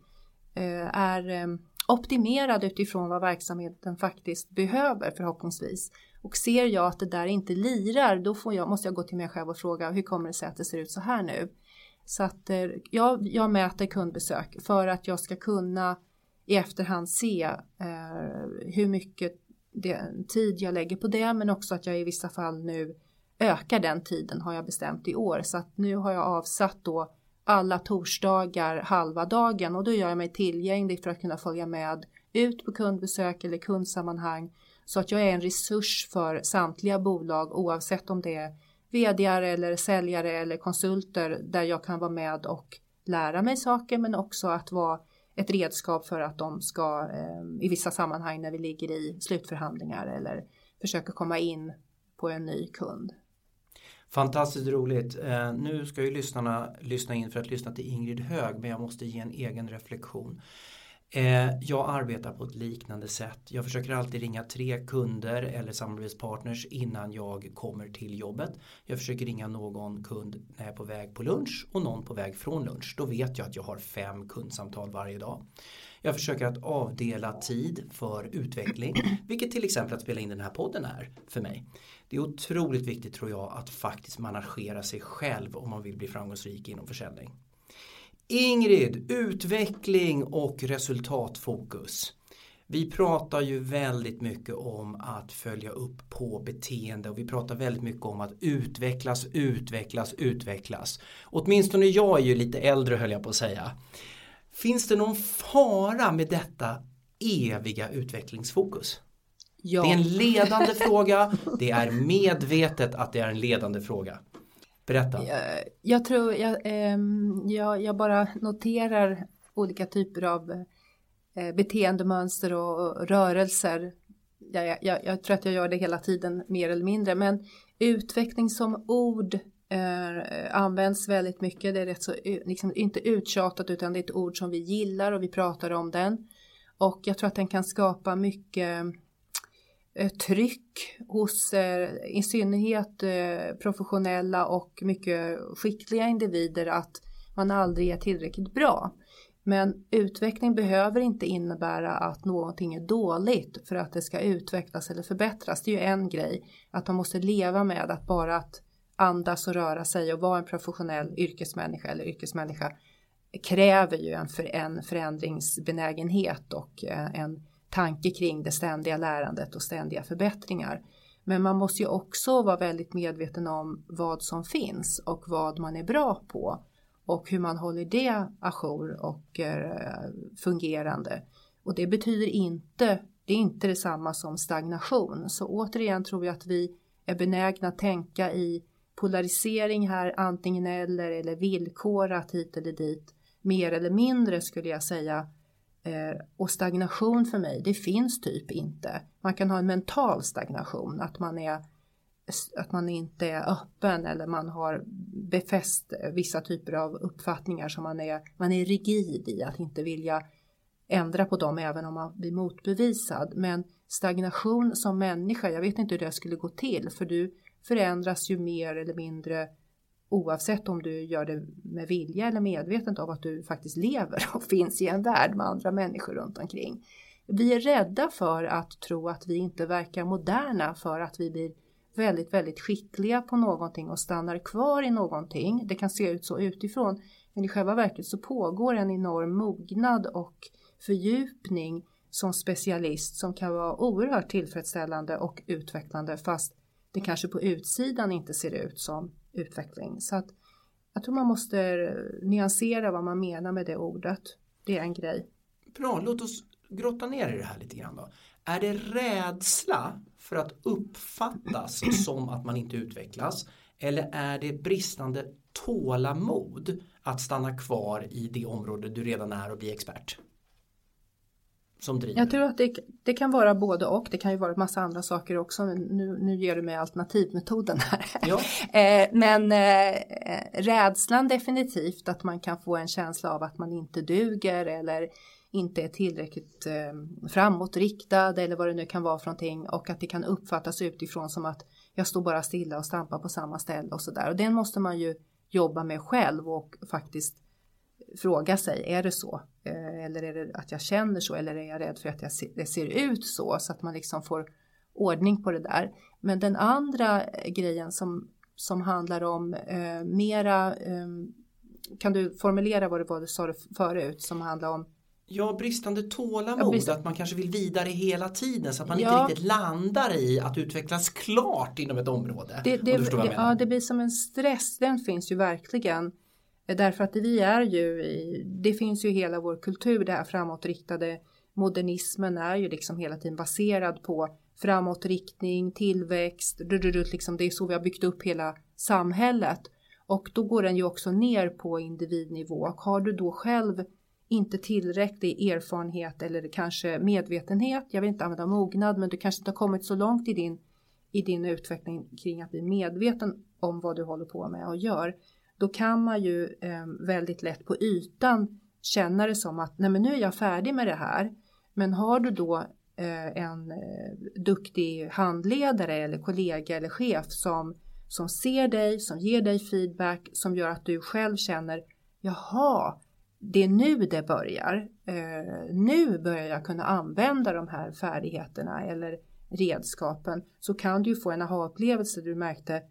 är optimerad utifrån vad verksamheten faktiskt behöver förhoppningsvis. Och ser jag att det där inte lirar då måste jag gå till mig själv och fråga hur kommer det sig att det ser ut så här nu. Så att jag mäter kundbesök för att jag ska kunna i efterhand se hur mycket tid jag lägger på det men också att jag i vissa fall nu ökar den tiden har jag bestämt i år. Så att nu har jag avsatt då alla torsdagar halva dagen och då gör jag mig tillgänglig för att kunna följa med ut på kundbesök eller kundsammanhang så att jag är en resurs för samtliga bolag oavsett om det är vd:ar eller säljare eller konsulter där jag kan vara med och lära mig saker men också att vara ett redskap för att de ska i vissa sammanhang när vi ligger i slutförhandlingar eller försöker komma in på en ny kund. Fantastiskt roligt. Nu ska ju lyssnarna lyssna in för att lyssna till Ingrid Hög men jag måste ge en egen reflektion. Jag arbetar på ett liknande sätt. Jag försöker alltid ringa 3 kunder eller samarbetspartners innan jag kommer till jobbet. Jag försöker ringa någon kund när jag är på väg på lunch och någon på väg från lunch. Då vet jag att jag har 5 kundsamtal varje dag. Jag försöker att avdela tid för utveckling, vilket till exempel att spela in den här podden är för mig. Det är otroligt viktigt tror jag att faktiskt managera sig själv om man vill bli framgångsrik inom försäljning. Ingrid, utveckling och resultatfokus. Vi pratar ju väldigt mycket om att följa upp på beteende och vi pratar väldigt mycket om att utvecklas. Åtminstone jag är ju lite äldre höll jag på att säga. Finns det någon fara med detta eviga utvecklingsfokus? Ja. Det är en ledande fråga. Det är medvetet att det är en ledande fråga. Berätta. Jag tror, jag bara noterar olika typer av beteendemönster och rörelser. Jag tror att jag gör det hela tiden mer eller mindre. Men utveckling som ord används väldigt mycket. Det är rätt så liksom, inte uttjatat, utan det är ett ord som vi gillar och vi pratar om den. Och jag tror att den kan skapa mycket tryck hos i synnerhet professionella och mycket skickliga individer att man aldrig är tillräckligt bra. Men utveckling behöver inte innebära att någonting är dåligt för att det ska utvecklas eller förbättras. Det är ju en grej, att man måste leva med att bara att andas och röra sig och vara en professionell yrkesmänniska eller yrkesmänniska kräver ju en förändringsbenägenhet och en tanke kring det ständiga lärandet och ständiga förbättringar. Men man måste ju också vara väldigt medveten om vad som finns och vad man är bra på och hur man håller det ajour och fungerande. Och det betyder inte, det är inte detsamma som stagnation. Så återigen tror jag att vi är benägna att tänka i polarisering här, antingen eller villkorat hit eller dit. Mer eller mindre skulle jag säga. Och stagnation för mig, det finns typ inte. Man kan ha en mental stagnation, att man inte är öppen eller man har befäst vissa typer av uppfattningar som man är rigid i, att inte vilja ändra på dem även om man blir motbevisad. Men stagnation som människa, jag vet inte hur det skulle gå till, för du förändras ju mer eller mindre oavsett om du gör det med vilja eller medvetet av att du faktiskt lever och finns i en värld med andra människor runt omkring. Vi är rädda för att tro att vi inte verkar moderna för att vi blir väldigt, väldigt skickliga på någonting och stannar kvar i någonting. Det kan se ut så utifrån, men i själva verket så pågår en enorm mognad och fördjupning som specialist som kan vara oerhört tillfredsställande och utvecklande, fast det kanske på utsidan inte ser ut som utveckling. Så att jag tror man måste nyansera vad man menar med det ordet. Det är en grej. Bra, låt oss grotta ner i det här lite grann då. Är det rädsla för att uppfattas som att man inte utvecklas, eller är det bristande tålamod att stanna kvar i det område du redan är och bli expert? Som driver. Jag tror att det kan vara både och. Det kan ju vara en massa andra saker också. Men nu ger du mig alternativmetoden här. Ja. Men rädslan definitivt, att man kan få en känsla av att man inte duger eller inte är tillräckligt framåtriktad eller vad det nu kan vara för någonting, och att det kan uppfattas utifrån som att jag står bara stilla och stampar på samma ställe och sådär. Och den måste man ju jobba med själv och faktiskt fråga sig, är det så? Eller är det att jag känner så? Eller är jag rädd för att det ser ut så? Så att man liksom får ordning på det där. Men den andra grejen som handlar om mera, kan du formulera vad det var du sa förut, som handlar om? Ja, bristande tålamod, att man kanske vill vidare hela tiden så att man inte riktigt landar i att utvecklas klart inom ett område. Det blir som en stress, den finns ju verkligen. Därför att det finns ju hela vår kultur, det här framåtriktade. Modernismen är ju liksom hela tiden baserad på framåtriktning, tillväxt. Liksom det är så vi har byggt upp hela samhället. Och då går den ju också ner på individnivå. Och har du då själv inte tillräcklig erfarenhet eller kanske medvetenhet, jag vill inte använda mognad, men du kanske inte har kommit så långt i din utveckling kring att bli medveten om vad du håller på med och gör. Då kan man ju väldigt lätt på ytan känna det som att nej, men nu är jag färdig med det här. Men har du då en duktig handledare eller kollega eller chef som ser dig, som ger dig feedback, som gör att du själv känner, jaha, det är nu det börjar. Nu börjar jag kunna använda de här färdigheterna eller redskapen. Så kan du ju få en aha-upplevelse där du märkte,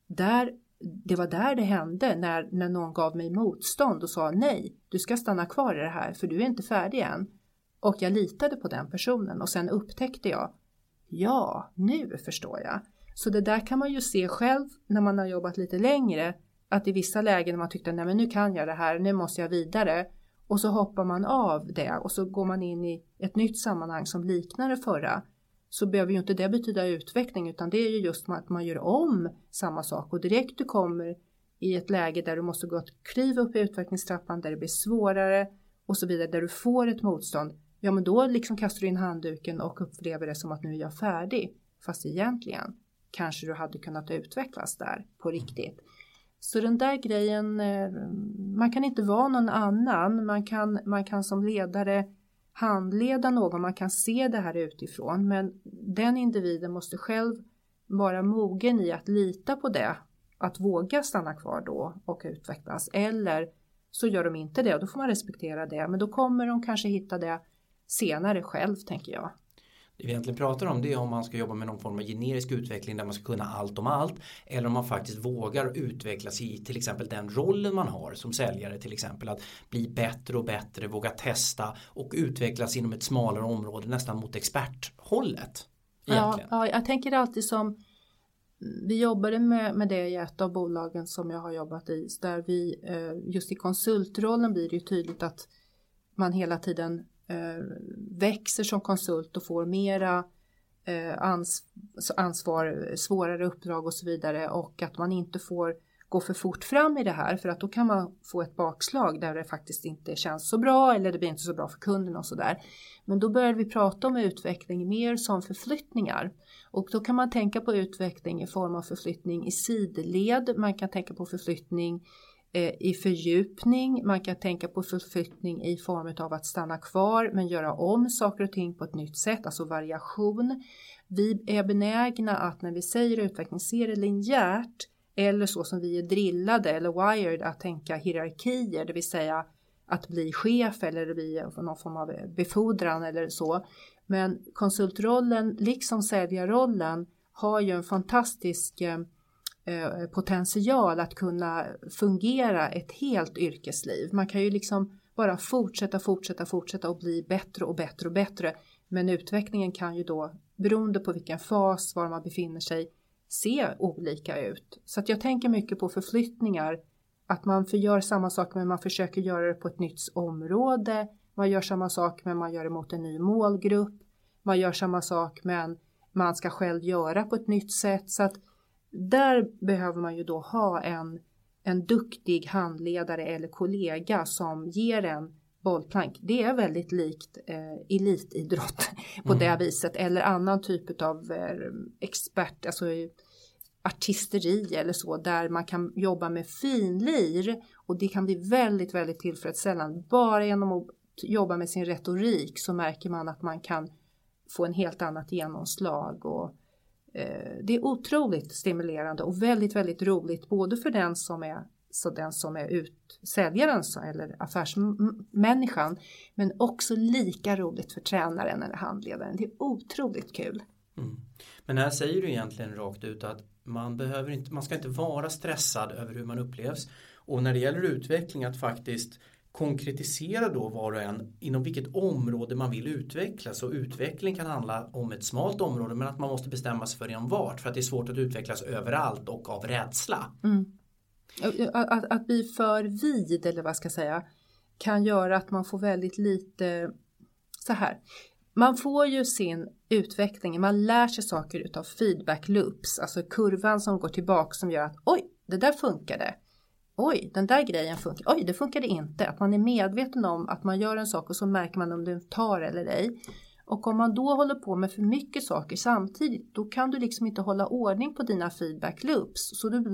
det var där det hände när någon gav mig motstånd och sa nej, du ska stanna kvar i det här för du är inte färdig än. Och jag litade på den personen och sen upptäckte jag, ja, nu förstår jag. Så det där kan man ju se själv när man har jobbat lite längre, att i vissa lägen när man tyckte, nej men nu kan jag det här, nu måste jag vidare. Och så hoppar man av det och så går man in i ett nytt sammanhang som liknar det förra. Så behöver ju inte det betyda utveckling, utan det är ju just att man gör om samma sak. Och direkt du kommer i ett läge där du måste gå att kliva upp i utvecklingstrappan, där det blir svårare och så vidare, där du får ett motstånd, ja men då liksom kastar du in handduken och upplever det som att nu är jag färdig. Fast egentligen kanske du hade kunnat utvecklas där på riktigt. Så den där grejen, man kan inte vara någon annan. Man kan som ledare handleda någon, man kan se det här utifrån. Men den individen måste själv vara mogen i att lita på det. Att våga stanna kvar då och utvecklas. Eller så gör de inte det och då får man respektera det. Men då kommer de kanske hitta det senare själv, tänker jag. Det vi egentligen pratar om, det är om man ska jobba med någon form av generisk utveckling där man ska kunna allt om allt, eller om man faktiskt vågar utvecklas i till exempel den rollen man har som säljare, till exempel att bli bättre och bättre, våga testa och utvecklas inom ett smalare område nästan mot experthållet egentligen. Ja, jag tänker alltid som vi jobbade med det i ett av bolagen som jag har jobbat i, där vi just i konsultrollen blir det ju tydligt att man hela tiden växer som konsult och får mera ansvar, svårare uppdrag och så vidare, och att man inte får gå för fort fram i det här, för att då kan man få ett bakslag där det faktiskt inte känns så bra eller det blir inte så bra för kunden och sådär. Men då börjar vi prata om utveckling mer som förflyttningar, och då kan man tänka på utveckling i form av förflyttning i sidled, man kan tänka på förflyttning i fördjupning, man kan tänka på förflyttning i form av att stanna kvar men göra om saker och ting på ett nytt sätt, alltså variation. Vi är benägna att när vi säger utveckling ser det linjärt eller så som vi är drillade eller wired att tänka hierarkier, det vill säga att bli chef eller bli någon form av befordran eller så. Men konsultrollen liksom säljarrollen har ju en fantastisk potential att kunna fungera ett helt yrkesliv. Man kan ju liksom bara fortsätta och bli bättre och bättre och bättre. Men utvecklingen kan ju då, beroende på vilken fas, var man befinner sig, se olika ut. Så att jag tänker mycket på förflyttningar. Att man gör samma sak men man försöker göra det på ett nytt område. Man gör samma sak men man gör det mot en ny målgrupp. Man gör samma sak men man ska själv göra på ett nytt sätt. Så att där behöver man ju då ha en duktig handledare eller kollega som ger en bollplank. Det är väldigt likt elitidrott på det viset. Eller annan typ av expert, alltså artisteri eller så. Där man kan jobba med finlir. Och det kan bli väldigt, väldigt tillfredsställande. Bara genom att jobba med sin retorik så märker man att man kan få en helt annat genomslag. Och det är otroligt stimulerande och väldigt, väldigt roligt både för den som är säljaren eller affärsmänniskan, men också lika roligt för tränaren eller handledaren. Det är otroligt kul. Mm. Men här säger du egentligen rakt ut att man ska inte vara stressad över hur man upplevs, och när det gäller utveckling att faktiskt konkretisera då var och en inom vilket område man vill utvecklas, och utveckling kan handla om ett smalt område men att man måste bestämma sig för inom vart, för att det är svårt att utvecklas överallt och av rädsla. Att bli för vid eller vad ska jag säga kan göra att man får väldigt lite så här. Man får ju sin utveckling, man lär sig saker utav feedback loops, alltså kurvan som går tillbaka som gör att oj, det där funkade. Oj, den där grejen funkar. Oj, det funkade inte. Att man är medveten om att man gör en sak och så märker man om det tar eller ej. Och om man då håller på med för mycket saker samtidigt, då kan du liksom inte hålla ordning på dina feedback loops. Så du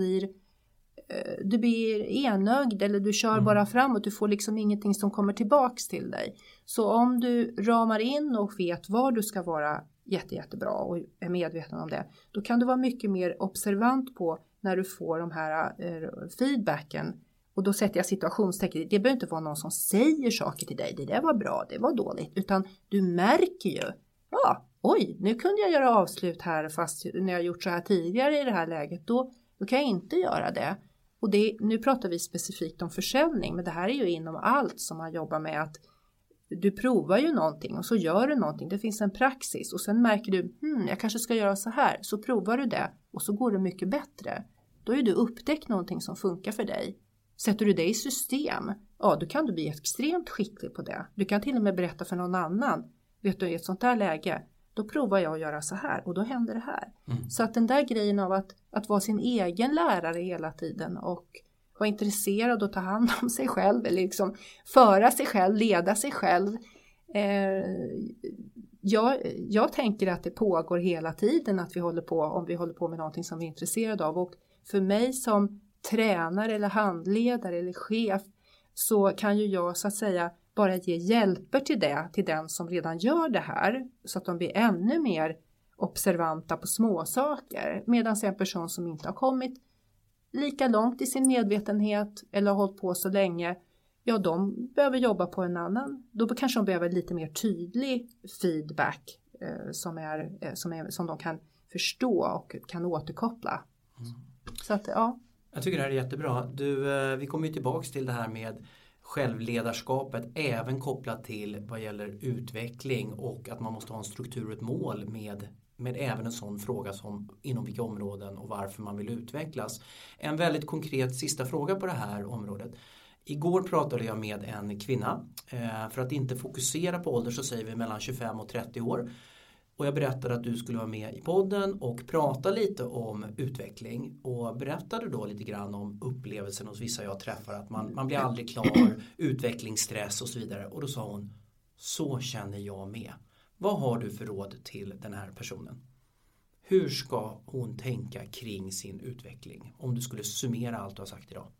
blir enögd eller du kör bara framåt. Du får liksom ingenting som kommer tillbaks till dig. Så om du ramar in och vet var du ska vara jättebra och är medveten om det, då kan du vara mycket mer observant på när du får de här feedbacken. Och då sätter jag situationstecken. Det behöver inte vara någon som säger saker till dig. Det där var bra, det var dåligt. Utan du märker ju. Ja, oj, nu kunde jag göra avslut här. Fast när jag gjort så här tidigare i det här läget. Då kan jag inte göra det. Och nu pratar vi specifikt om försäljning. Men det här är ju inom allt som man jobbar med. Att du provar ju någonting och så gör du någonting. Det finns en praxis. Och sen märker du, jag kanske ska göra så här. Så provar du det. Och så går det mycket bättre. Då är du upptäckt någonting som funkar för dig. Sätter du det i system, ja, då kan du bli extremt skicklig på det. Du kan till och med berätta för någon annan. Vet du, i ett sånt där läge, då provar jag att göra så här och då händer det här. Så att den där grejen av att vara sin egen lärare hela tiden och vara intresserad och ta hand om sig själv. Eller liksom föra sig själv, leda sig själv. Jag tänker att det pågår hela tiden att om vi håller på med någonting som vi är intresserade av. Och för mig som tränare eller handledare eller chef så kan ju jag så att säga bara ge hjälper till den som redan gör det här. Så att de blir ännu mer observanta på små saker. Medan en person som inte har kommit lika långt i sin medvetenhet eller har hållit på så länge, ja, de behöver jobba på en annan. Då kanske de behöver lite mer tydlig feedback som de kan förstå och kan återkoppla. Så att, ja. Jag tycker det här är jättebra. Vi kommer ju tillbaka till det här med självledarskapet även kopplat till vad gäller utveckling och att man måste ha en struktur och ett mål med även en sån fråga som inom vilka områden och varför man vill utvecklas. En väldigt konkret sista fråga på det här området. Igår pratade jag med en kvinna. För att inte fokusera på ålder så säger vi mellan 25 och 30 år. Och jag berättade att du skulle vara med i podden och prata lite om utveckling. Och berättade då lite grann om upplevelsen hos vissa jag träffar. Att man blir aldrig klar, utvecklingsstress och så vidare. Och då sa hon, så känner jag med. Vad har du för råd till den här personen? Hur ska hon tänka kring sin utveckling? Om du skulle summera allt du har sagt idag.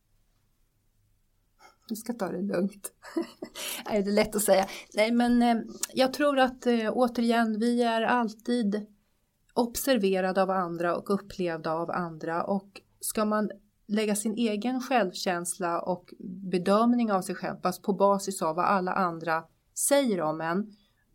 Du ska ta det lugnt. Det är lätt att säga. Nej, men jag tror att återigen, vi är alltid observerade av andra och upplevda av andra. Och ska man lägga sin egen självkänsla och bedömning av sig själv på basis av vad alla andra säger om en,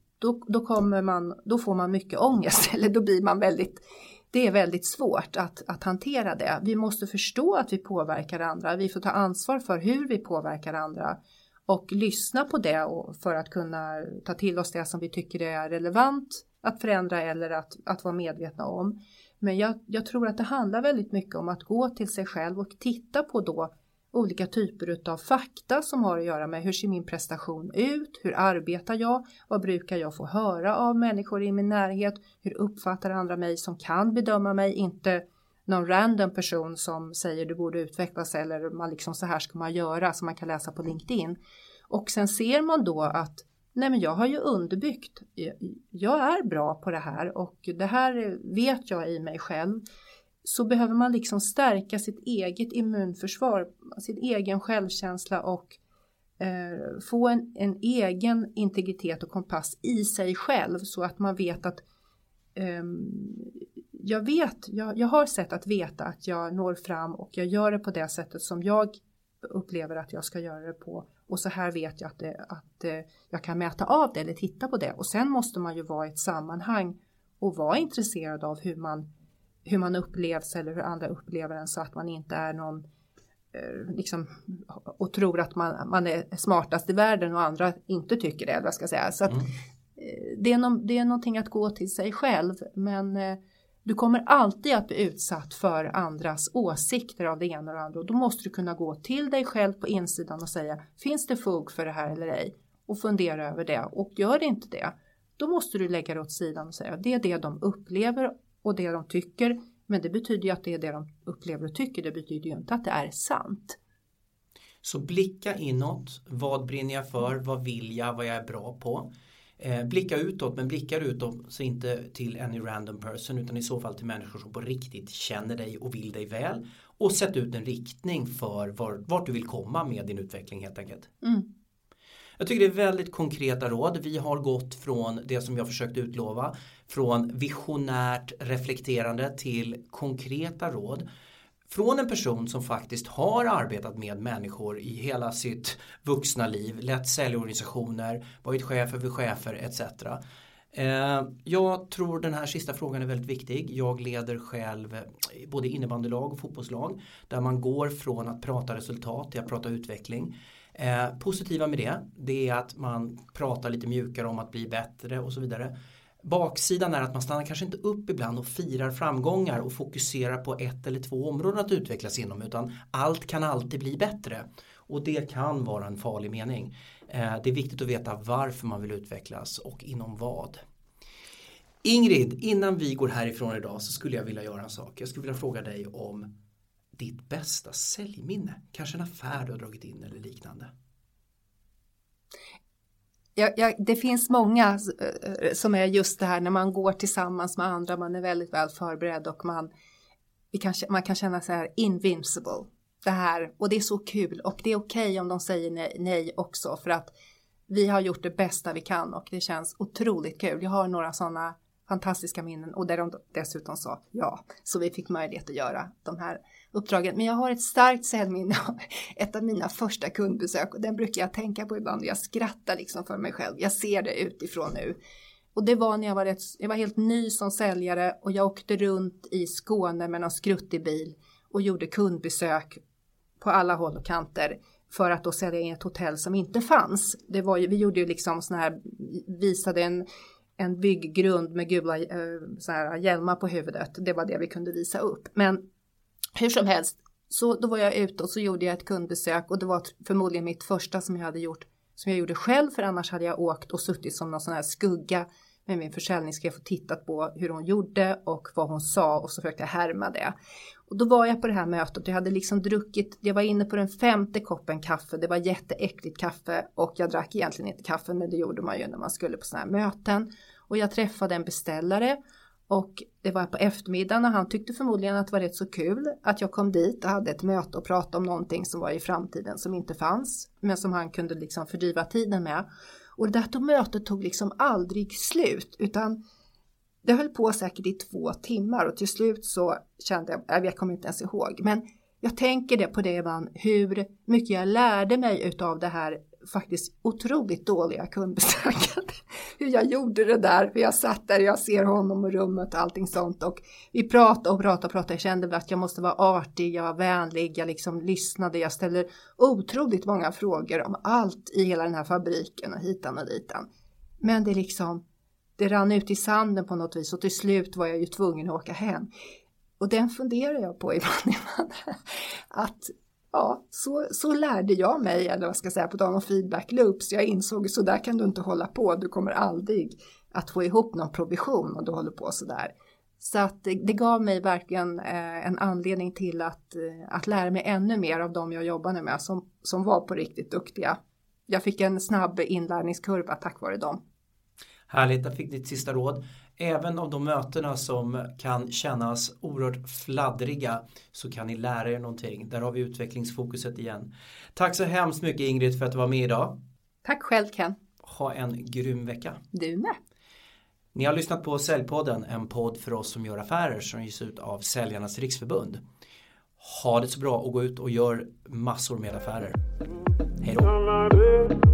då får man mycket ångest. Eller då blir man det är väldigt svårt att hantera det. Vi måste förstå att vi påverkar andra. Vi får ta ansvar för hur vi påverkar andra. Och lyssna på det för att kunna ta till oss det som vi tycker är relevant att förändra eller att vara medvetna om. Men jag tror att det handlar väldigt mycket om att gå till sig själv och titta på då olika typer av fakta som har att göra med hur ser min prestation ut, hur arbetar jag, vad brukar jag få höra av människor i min närhet, hur uppfattar andra mig som kan bedöma mig, inte någon random person som säger du borde utvecklas eller man liksom så här ska man göra som man kan läsa på LinkedIn. Och sen ser man då att nej men jag har ju underbyggt, jag är bra på det här och det här vet jag i mig själv. Så behöver man liksom stärka sitt eget immunförsvar, sin egen självkänsla och få en egen integritet och kompass i sig själv så att man vet att jag har sätt att veta att jag når fram och jag gör det på det sättet som jag upplever att jag ska göra det på. Och så här vet jag att jag kan mäta av det eller titta på det. Och sen måste man ju vara i ett sammanhang och vara intresserad av hur man upplevs eller hur andra upplever en så att man inte är någon liksom, och tror att man är smartast i världen och andra inte tycker det. Vad ska jag säga. Så att, det är någonting att gå till sig själv men du kommer alltid att bli utsatt för andras åsikter av det ena och det andra och då måste du kunna gå till dig själv på insidan och säga finns det fog för det här eller ej och fundera över det och gör det inte det då måste du lägga det åt sidan och säga det är det de upplever och det de tycker, men det betyder ju att det är det de upplever och tycker, det betyder ju inte att det är sant. Så blicka inåt, vad brinner jag för, vad vill jag, vad jag är bra på. Blicka utåt, men blickar utåt så inte till any random person utan i så fall till människor som på riktigt känner dig och vill dig väl. Och sätt ut en riktning för vart du vill komma med din utveckling helt enkelt. Jag tycker det är väldigt konkreta råd. Vi har gått från det som jag försökte utlova. Från visionärt reflekterande till konkreta råd. Från en person som faktiskt har arbetat med människor i hela sitt vuxna liv. Lett säljorganisationer, varit chef över chefer etc. Jag tror den här sista frågan är väldigt viktig. Jag leder själv både innebandylag och fotbollslag. Där man går från att prata resultat till att prata utveckling. Positiva med det är att man pratar lite mjukare om att bli bättre och så vidare. Baksidan är att man stannar kanske inte upp ibland och firar framgångar och fokuserar på ett eller två områden att utvecklas inom utan allt kan alltid bli bättre och det kan vara en farlig mening. Det är viktigt att veta varför man vill utvecklas och inom vad. Ingrid, innan vi går härifrån idag så skulle jag vilja göra en sak. Jag skulle vilja fråga dig om ditt bästa säljminne? Kanske en affär du har dragit in eller liknande? Det finns många som är just det här när man går tillsammans med andra, man är väldigt väl förberedd och man kan känna sig här invincible. Det här, och det är så kul och det är okej om de säger nej också, för att vi har gjort det bästa vi kan och det känns otroligt kul. Jag har några sådana fantastiska minnen och där de dessutom sa ja, så vi fick möjlighet att göra de här uppdragen. Men jag har ett starkt säljminne av ett av mina första kundbesök och den brukar jag tänka på ibland och jag skrattar liksom för mig själv. Jag ser det utifrån nu. Och det var när jag var helt ny som säljare och jag åkte runt i Skåne med någon skruttig bil och gjorde kundbesök på alla håll och kanter för att då sälja in ett hotell som inte fanns. Vi gjorde ju liksom sån här, visade en bygggrund med gula så här hjälmar på huvudet. Det var det vi kunde visa upp. Men hur som helst, så då var jag ute och så gjorde jag ett kundbesök och det var förmodligen mitt första som jag gjorde själv, för annars hade jag åkt och suttit som någon sån här skugga med min försäljningschef och tittat på hur hon gjorde och vad hon sa och så försökte jag härma det. Och då var jag på det här mötet, jag hade liksom jag var inne på den 5:e koppen kaffe, det var jätteäckligt kaffe och jag drack egentligen inte kaffe, men det gjorde man ju när man skulle på såna här möten. Och jag träffade en beställare och det var på eftermiddagen och han tyckte förmodligen att det var rätt så kul att jag kom dit och hade ett möte och pratade om någonting som var i framtiden som inte fanns, men som han kunde liksom fördriva tiden med. Och det där mötet tog liksom aldrig slut, utan det höll på säkert i 2 timmar och till slut så kände jag kommer inte ens ihåg, men jag tänker det på det ibland, hur mycket jag lärde mig utav det här faktiskt otroligt dåliga kundbesöket. Hur jag gjorde det där, hur jag satt där, jag ser honom och rummet och allting sånt och vi pratade. Jag kände väl att jag måste vara artig, jag var vänlig, jag liksom lyssnade, jag ställde otroligt många frågor om allt i hela den här fabriken och hitan och ditan. Men det rann ut i sanden på något vis och till slut var jag ju tvungen att åka hem. Och den funderar jag på ibland att ja, så lärde jag mig, eller vad ska jag säga, på någon feedback loop. Så jag insåg, så där kan du inte hålla på. Du kommer aldrig att få ihop någon provision om du håller på så där. Så att det gav mig verkligen en anledning till att lära mig ännu mer av dem jag jobbade med som var på riktigt duktiga. Jag fick en snabb inlärningskurva tack vare dem. Härligt, jag fick ditt sista råd. Även av de mötena som kan kännas oerhört fladdriga så kan ni lära er någonting. Där har vi utvecklingsfokuset igen. Tack så hemskt mycket Ingrid för att du var med idag. Tack själv Ken. Ha en grym vecka. Du med. Ni har lyssnat på Säljpodden, en podd för oss som gör affärer som ges ut av Säljarnas riksförbund. Ha det så bra och gå ut och gör massor med affärer. Hej då!